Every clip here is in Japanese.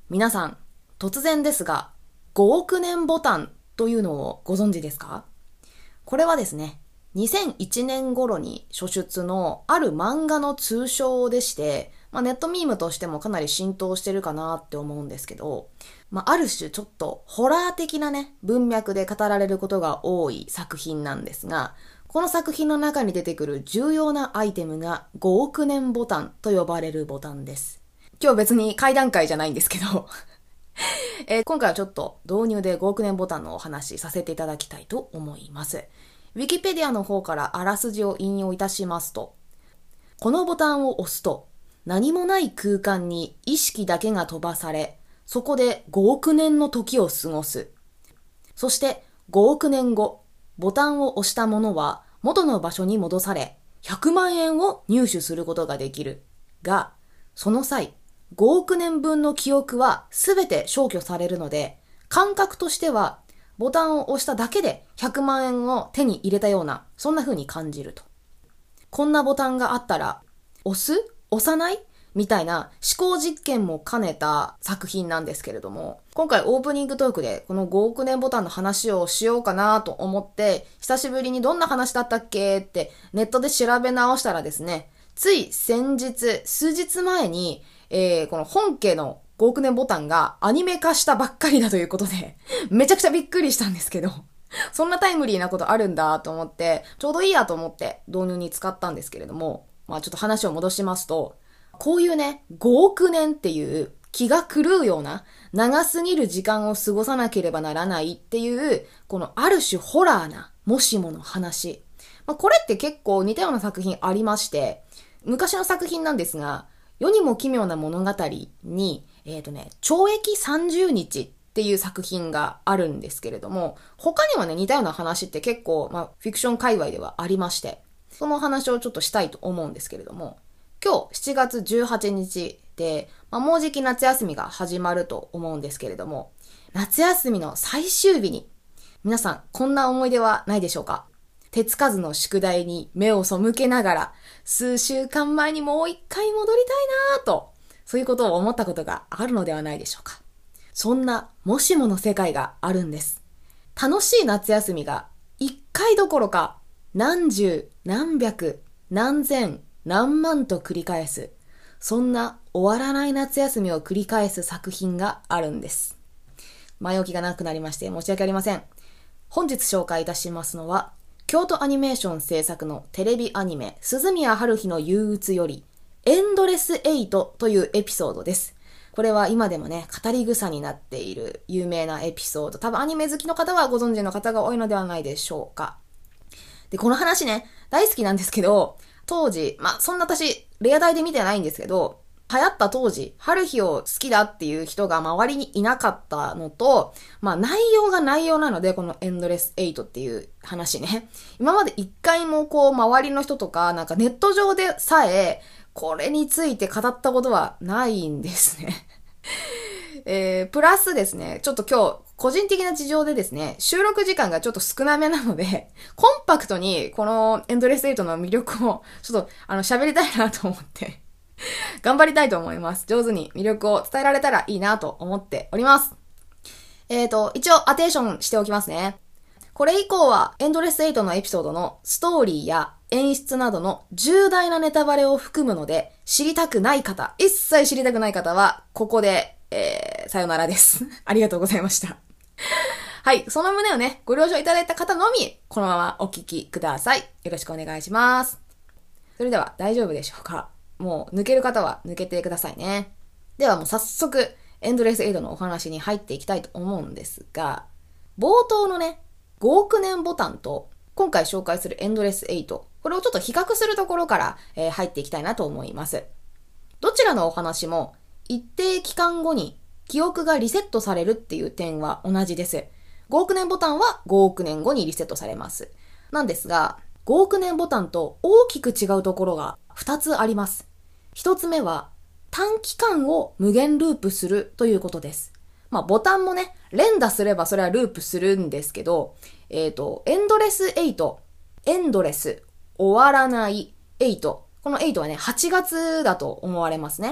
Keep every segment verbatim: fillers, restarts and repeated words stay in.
皆さん、突然ですが、ごおく年ボタンというのをご存知ですか？これはですね、にせんいちねん頃に初出のある漫画の通称でして、まあ、ネットミームとしてもかなり浸透してるかなって思うんですけど、まあ、ある種ちょっとホラー的なね、文脈で語られることが多い作品なんですが、この作品の中に出てくる重要なアイテムがごおく年ボタンと呼ばれるボタンです。今日別に会談会じゃないんですけど、えー、今回はちょっと導入でごおく年ボタンのお話しさせていただきたいと思います。ウィキペディアの方からあらすじを引用いたしますと、このボタンを押すと何もない空間に意識だけが飛ばされ、そこでごおく年の時を過ごす。そしてごおく年後、ボタンを押した者は元の場所に戻され、ひゃくまんえんを入手することができる。が、その際、ごおく年分の記憶はすべて消去されるので、感覚としてはボタンを押しただけでひゃくまんえんを手に入れたような、そんな風に感じると。こんなボタンがあったら、押す？押さない？みたいな思考実験も兼ねた作品なんですけれども、今回オープニングトークでこのごおく年ボタンの話をしようかなと思って、久しぶりにどんな話だったっけってネットで調べ直したらですね、つい先日、数日前に、えー、この本家のごおく年ボタンがアニメ化したばっかりだということで、めちゃくちゃびっくりしたんですけど、そんなタイムリーなことあるんだと思って、ちょうどいいやと思って導入に使ったんですけれども、まあちょっと話を戻しますと、こういうね、ごおく年っていう気が狂うような長すぎる時間を過ごさなければならないっていう、このある種ホラーなもしもの話。まあ、これって結構似たような作品ありまして、昔の作品なんですが、世にも奇妙な物語に、えっとね、懲役さんじゅうにちっていう作品があるんですけれども、他にはね、似たような話って結構、まあ、フィクション界隈ではありまして、その話をちょっとしたいと思うんですけれども、今日しちがつじゅうはちにちで、まあ、もうじき夏休みが始まると思うんですけれども、夏休みの最終日に、皆さんこんな思い出はないでしょうか？手つかずの宿題に目を背けながら、数週間前にもう一回戻りたいなぁと、そういうことを思ったことがあるのではないでしょうか。そんなもしもの世界があるんです。楽しい夏休みが一回どころか、何十、何百、何千、何万と繰り返す、そんな終わらない夏休みを繰り返す作品があるんです。前置きがなくなりまして申し訳ありません。本日紹介いたしますのは、京都アニメーション制作のテレビアニメ、鈴宮春日の憂鬱より、エンドレスエイトというエピソードです。これは今でもね、語り草になっている有名なエピソード。多分アニメ好きの方はご存知の方が多いのではないでしょうか。で、この話ね、大好きなんですけど、当時、まあ、そんな私、レアタイで見てないんですけど、流行った当時、春日を好きだっていう人が周りにいなかったのと、まあ内容が内容なので、このエンドレスエイトっていう話ね。今まで一回もこう周りの人とか、なんかネット上でさえ、これについて語ったことはないんですね。えー、プラスですね、ちょっと今日、個人的な事情でですね、収録時間がちょっと少なめなので、コンパクトにこのエンドレスエイトの魅力をちょっとあの喋りたいなと思って頑張りたいと思います。上手に魅力を伝えられたらいいなと思っております。えーと、一応アテンションしておきますね。これ以降はエンドレスエイトのエピソードのストーリーや演出などの重大なネタバレを含むので、知りたくない方、一切知りたくない方はここで、えー、さよならです。ありがとうございました。はい、その旨をね、ご了承いただいた方のみ、このままお聞きください。よろしくお願いします。それでは大丈夫でしょうか？もう抜ける方は抜けてくださいね。ではもう早速、エンドレスエイトのお話に入っていきたいと思うんですが、冒頭のね、ごおく年ボタンと今回紹介するエンドレスエイト、これをちょっと比較するところから、えー、入っていきたいなと思います。どちらのお話も一定期間後に記憶がリセットされるっていう点は同じです。ごおく年ボタンはごおく年後にリセットされます。なんですが、ごおく年ボタンと大きく違うところがふたつあります。ひとつめは短期間を無限ループするということです。まあボタンもね、連打すればそれはループするんですけど、えっと、エンドレスエイト、エンドレス、終わらないエイト。このエイトはね、はちがつだと思われますね。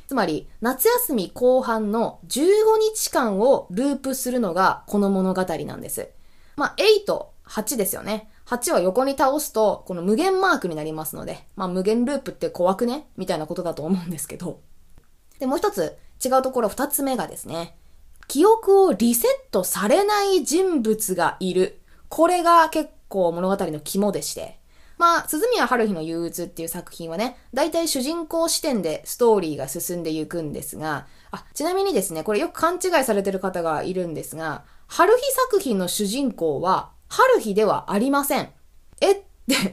つまり、夏休み後半のじゅうごにちかんをループするのがこの物語なんです。まあ、はち、はちですよね。はちは横に倒すと、この無限マークになりますので、まあ、無限ループって怖くねみたいなことだと思うんですけど。で、もう一つ違うところ二つ目がですね、記憶をリセットされない人物がいる。これが結構物語の肝でして。まあ、鈴宮春日の憂鬱っていう作品はね、だいたい主人公視点でストーリーが進んでいくんですが、あ、ちなみにですね、これよく勘違いされてる方がいるんですが、春日作品の主人公は、春日ではありません。えって、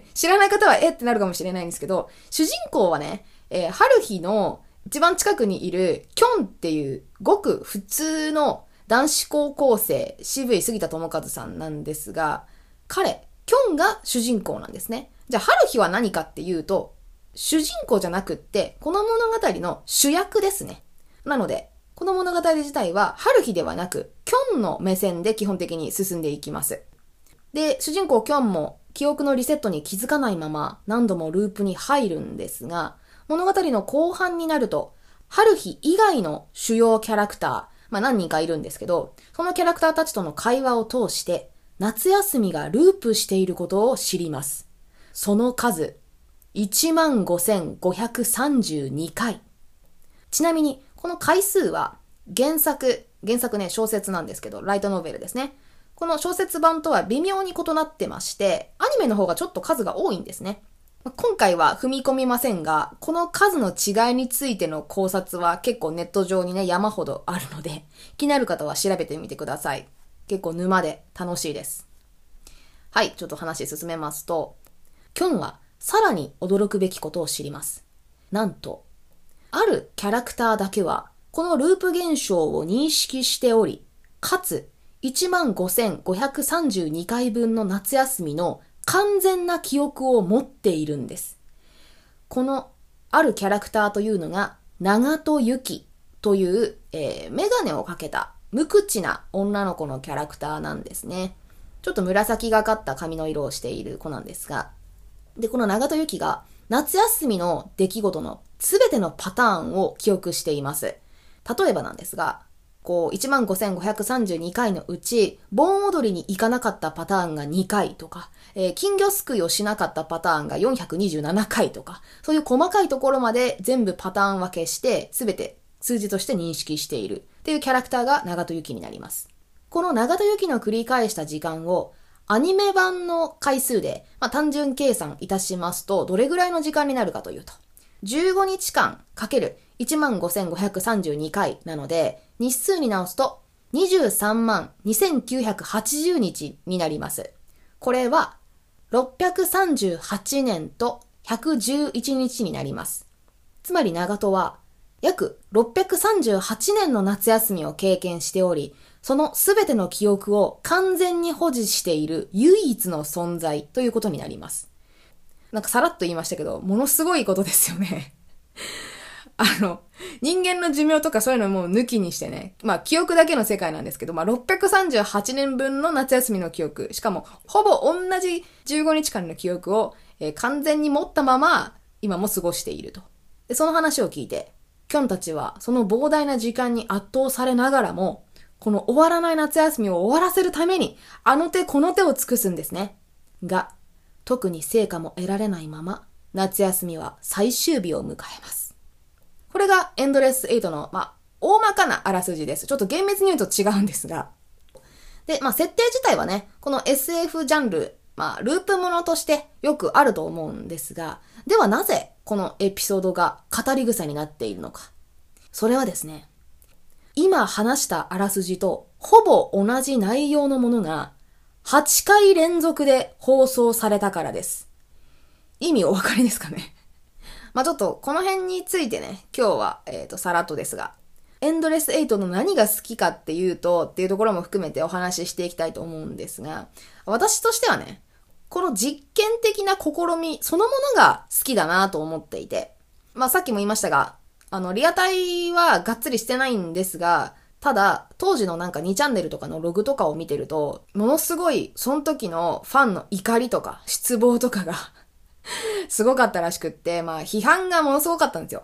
知らない方はえってなるかもしれないんですけど、主人公はね、えー、春日の一番近くにいるキョンっていうごく普通の男子高校生、渋い杉田智和さんなんですが、彼、キョンが主人公なんですね。じゃあ、春日は何かっていうと、主人公じゃなくって、この物語の主役ですね。なので、この物語自体は、春日ではなく、キョンの目線で基本的に進んでいきます。で、主人公キョンも、記憶のリセットに気づかないまま、何度もループに入るんですが、物語の後半になると、春日以外の主要キャラクター、まあ何人かいるんですけど、そのキャラクターたちとの会話を通して、夏休みがループしていることを知ります。その数、いちまんごせんごひゃくさんじゅうにかい。ちなみに、この回数は原作、原作ね、小説なんですけど、ライトノベルですね。この小説版とは微妙に異なってまして、アニメの方がちょっと数が多いんですね。今回は踏み込みませんが、この数の違いについての考察は結構ネット上にね、山ほどあるので、気になる方は調べてみてください。結構沼で楽しいです。はい、ちょっと話進めますと、キョンはさらに驚くべきことを知ります。なんと、あるキャラクターだけは、このループ現象を認識しており、かつ、いちまんごせんごひゃくさんじゅうにかいぶんの夏休みの完全な記憶を持っているんです。このあるキャラクターというのが、長戸ゆきという、えー、メガネをかけた無口な女の子のキャラクターなんですね。ちょっと紫がかった髪の色をしている子なんですが、で、この長戸ゆきが夏休みの出来事のすべてのパターンを記憶しています。例えばなんですが、こう、いちまんごせんごひゃくさんじゅうにかいのうち、盆踊りに行かなかったパターンがにかいとか、えー、金魚すくいをしなかったパターンがよんひゃくにじゅうななかいとか、そういう細かいところまで全部パターン分けして、すべて数字として認識しているっていうキャラクターが長戸ゆきになります。この長戸ゆきの繰り返した時間を、アニメ版の回数で、まあ、単純計算いたしますと、どれぐらいの時間になるかというと、じゅうごにちかんかけるいちまんごせんごひゃくさんじゅうにかいなので、日数に直すとにじゅうさんまんにせんきゅうひゃくはちじゅうにちになります。これはろっぴゃくさんじゅうはちねんとひゃくじゅういちにちになります。つまり長戸は約ろっぴゃくさんじゅうはちねんの夏休みを経験しており、そのすべての記憶を完全に保持している唯一の存在ということになります。なんかさらっと言いましたけど、ものすごいことですよね。あの、人間の寿命とかそういうのもう抜きにしてね、まあ記憶だけの世界なんですけど、まあろっぴゃくさんじゅうはちねんぶんの夏休みの記憶、しかもほぼ同じじゅうごにちかんの記憶を、えー、完全に持ったまま今も過ごしていると。で、その話を聞いて、キョンたちはその膨大な時間に圧倒されながらも、この終わらない夏休みを終わらせるために、あの手この手を尽くすんですね。が、特に成果も得られないまま、夏休みは最終日を迎えます。これがエンドレスエイトの、まあ、大まかなあらすじです。ちょっと厳密に言うと違うんですが。で、まあ、設定自体はね、この エスエフ ジャンル、まあ、ループものとしてよくあると思うんですが、ではなぜこのエピソードが語り草になっているのか。それはですね、今話したあらすじとほぼ同じ内容のものがはちかい連続で放送されたからです。意味お分かりですかね。まあちょっとこの辺についてね、今日は、えっと、さらっとですが、エンドレスエイトの何が好きかっていうと、っていうところも含めてお話ししていきたいと思うんですが、私としてはね、この実験的な試みそのものが好きだなと思っていて、まあさっきも言いましたが、あの、リアタイはがっつりしてないんですが、ただ、当時のなんかにチャンネルとかのログとかを見てると、ものすごい、その時のファンの怒りとか失望とかがすごかったらしくって、まあ批判がものすごかったんですよ。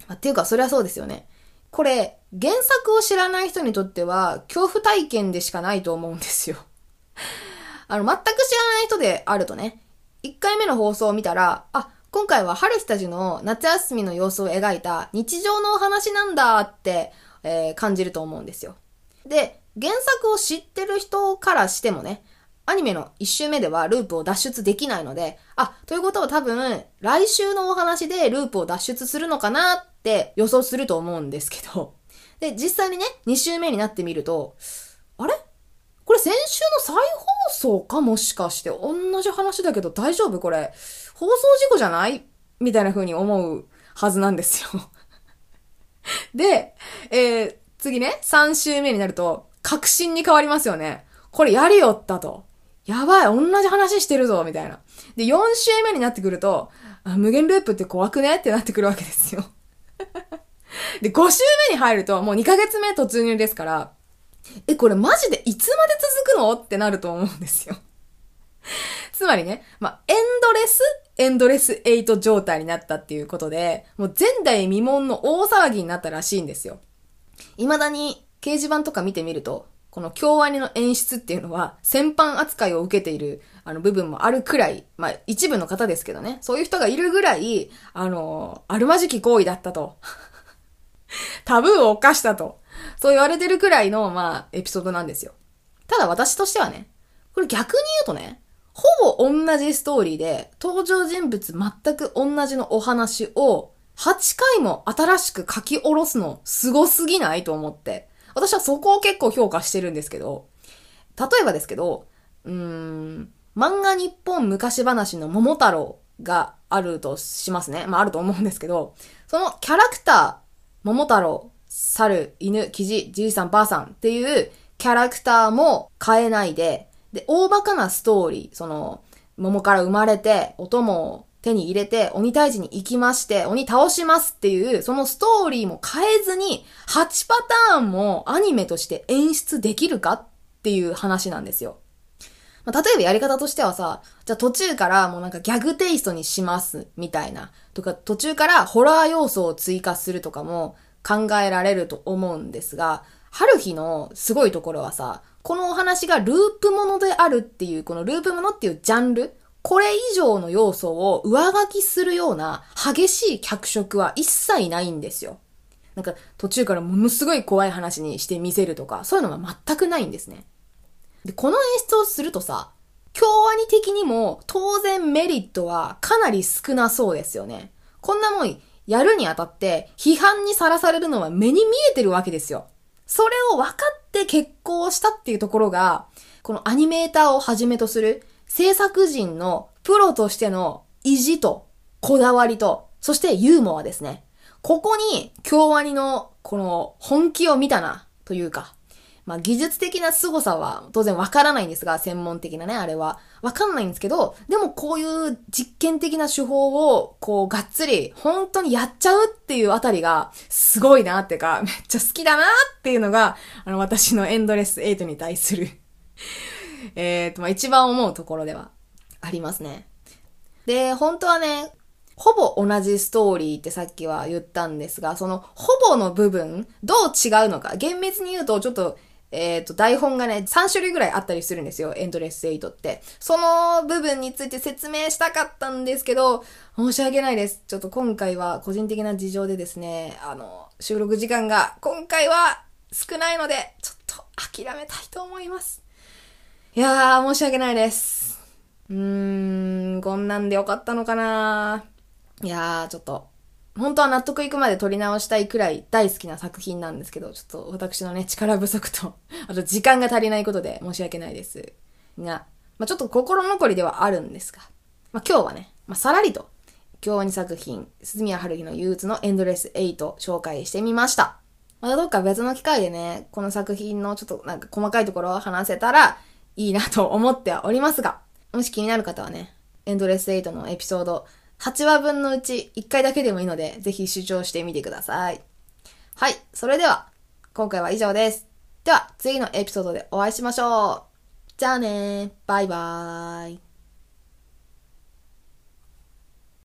まあ、っていうか、そりゃそうですよね。これ、原作を知らない人にとっては、恐怖体験でしかないと思うんですよ。あの、全く知らない人であるとね、いっかいめの放送を見たら、あ、今回は春日たちの夏休みの様子を描いた日常のお話なんだって、えー、感じると思うんですよ。で、原作を知ってる人からしてもね、アニメのいっ週目ではループを脱出できないので、あ、ということは多分、来週のお話でループを脱出するのかなって予想すると思うんですけど、で、実際にね、に週目になってみると、あれこれ先週の再放送かもしかして、同じ話だけど大丈夫これ、放送事故じゃないみたいな風に思うはずなんですよ。で、えー、次ね、さん週目になると、確信に変わりますよね。これやりよったと。やばい、同じ話してるぞ、みたいな。で、よん週目になってくると、あ、無限ループって怖くねってなってくるわけですよ。で、ご週目に入ると、もうにかげつめ突入ですから、え、これマジでいつまで続くのってなると思うんですよ。つまりね、まあ、エンドレス、エンドレスエイト状態になったっていうことで、もう前代未聞の大騒ぎになったらしいんですよ。未だに掲示板とか見てみると、この京アニの演出っていうのは戦犯扱いを受けているあの部分もあるくらい、まあ一部の方ですけどね、そういう人がいるぐらい、あの、あるまじき行為だったと。タブーを犯したと。そう言われてるくらいの、まあ、エピソードなんですよ。ただ私としてはね、これ逆に言うとね、ほぼ同じストーリーで、登場人物全く同じのお話を、はちかいも新しく書き下ろすの、すごすぎないと思って。私はそこを結構評価してるんですけど、例えばですけど、うーん、漫画日本昔話の桃太郎があるとしますね。まああると思うんですけど、そのキャラクター、桃太郎、猿、犬、キジ、じいさん、ばあさんっていうキャラクターも変えないで、で、大バカなストーリー、その、桃から生まれて、お供を手に入れて、鬼退治に行きまして、鬼倒しますっていう、そのストーリーも変えずに、はちパターンもアニメとして演出できるかっていう話なんですよ。まあ、例えばやり方としてはさ、じゃあ途中からもうなんかギャグテイストにしますみたいな、とか途中からホラー要素を追加するとかも考えられると思うんですが、春日のすごいところはさ、このお話がループものであるっていう、このループものっていうジャンル、これ以上の要素を上書きするような激しい脚色は一切ないんですよ。なんか途中からものすごい怖い話にしてみせるとか、そういうのが全くないんですね。で、この演出をするとさ、京アニ的にも当然メリットはかなり少なそうですよね。こんなもんやるにあたって批判にさらされるのは目に見えてるわけですよ。それを分かって決行したっていうところが、このアニメーターをはじめとする制作人のプロとしての意地とこだわりと、そしてユーモアですね。ここに京アニのこの本気を見たなというか、まあ技術的な凄さは当然わからないんですが、専門的なね、あれは。わかんないんですけど、でもこういう実験的な手法を、こう、がっつり、本当にやっちゃうっていうあたりが、すごいなっていうか、めっちゃ好きだなっていうのが、あの、私のエンドレスエイトに対するえっと、まあ一番思うところではありますね。で、本当はね、ほぼ同じストーリーってさっきは言ったんですが、そのほぼの部分、どう違うのか、厳密に言うとちょっと、えっと、台本がね、さん種類ぐらいあったりするんですよ、エンドレスエイトって。その部分について説明したかったんですけど、申し訳ないです。ちょっと今回は個人的な事情でですね、あの、収録時間が今回は少ないので、ちょっと諦めたいと思います。いやー、申し訳ないです。うーん、こんなんでよかったのかないやー、ちょっと、本当は納得いくまで撮り直したいくらい大好きな作品なんですけど、ちょっと私のね、力不足と、あと時間が足りないことで申し訳ないです。が、まあちょっと心残りではあるんですが、まあ今日はね、まあさらりと、京アニ作品、鈴宮春日の憂鬱のエンドレスエイト紹介してみました。またどっか別の機会でね、この作品のちょっとなんか細かいところを話せたらいいなと思っておりますが、もし気になる方はね、エンドレスエイトのエピソード、はちわぶんのうちいっかいだけでもいいので、ぜひ視聴してみてください。はい、それでは、今回は以上です。では、次のエピソードでお会いしましょう。じゃあねー、バイバーイ。